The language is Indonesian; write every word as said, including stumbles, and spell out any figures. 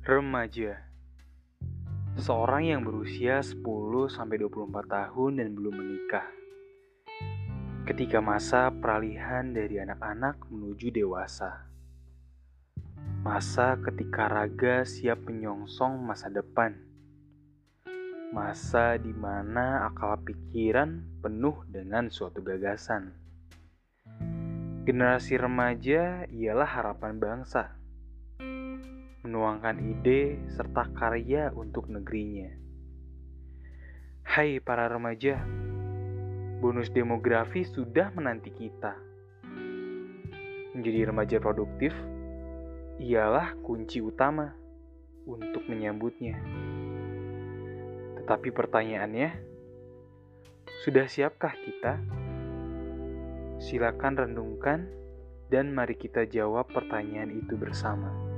Remaja. Seorang yang berusia sepuluh sampai dua puluh empat tahun dan belum menikah. Ketika masa peralihan dari anak-anak menuju dewasa. Masa ketika raga siap menyongsong masa depan. Masa di mana akal pikiran penuh dengan suatu gagasan. Generasi remaja ialah harapan bangsa, menuangkan ide serta karya untuk negerinya. Hai para remaja, bonus demografi sudah menanti kita. Menjadi remaja produktif ialah kunci utama untuk menyambutnya. Tetapi pertanyaannya, sudah siapkah kita? Silakan renungkan dan mari kita jawab pertanyaan itu bersama.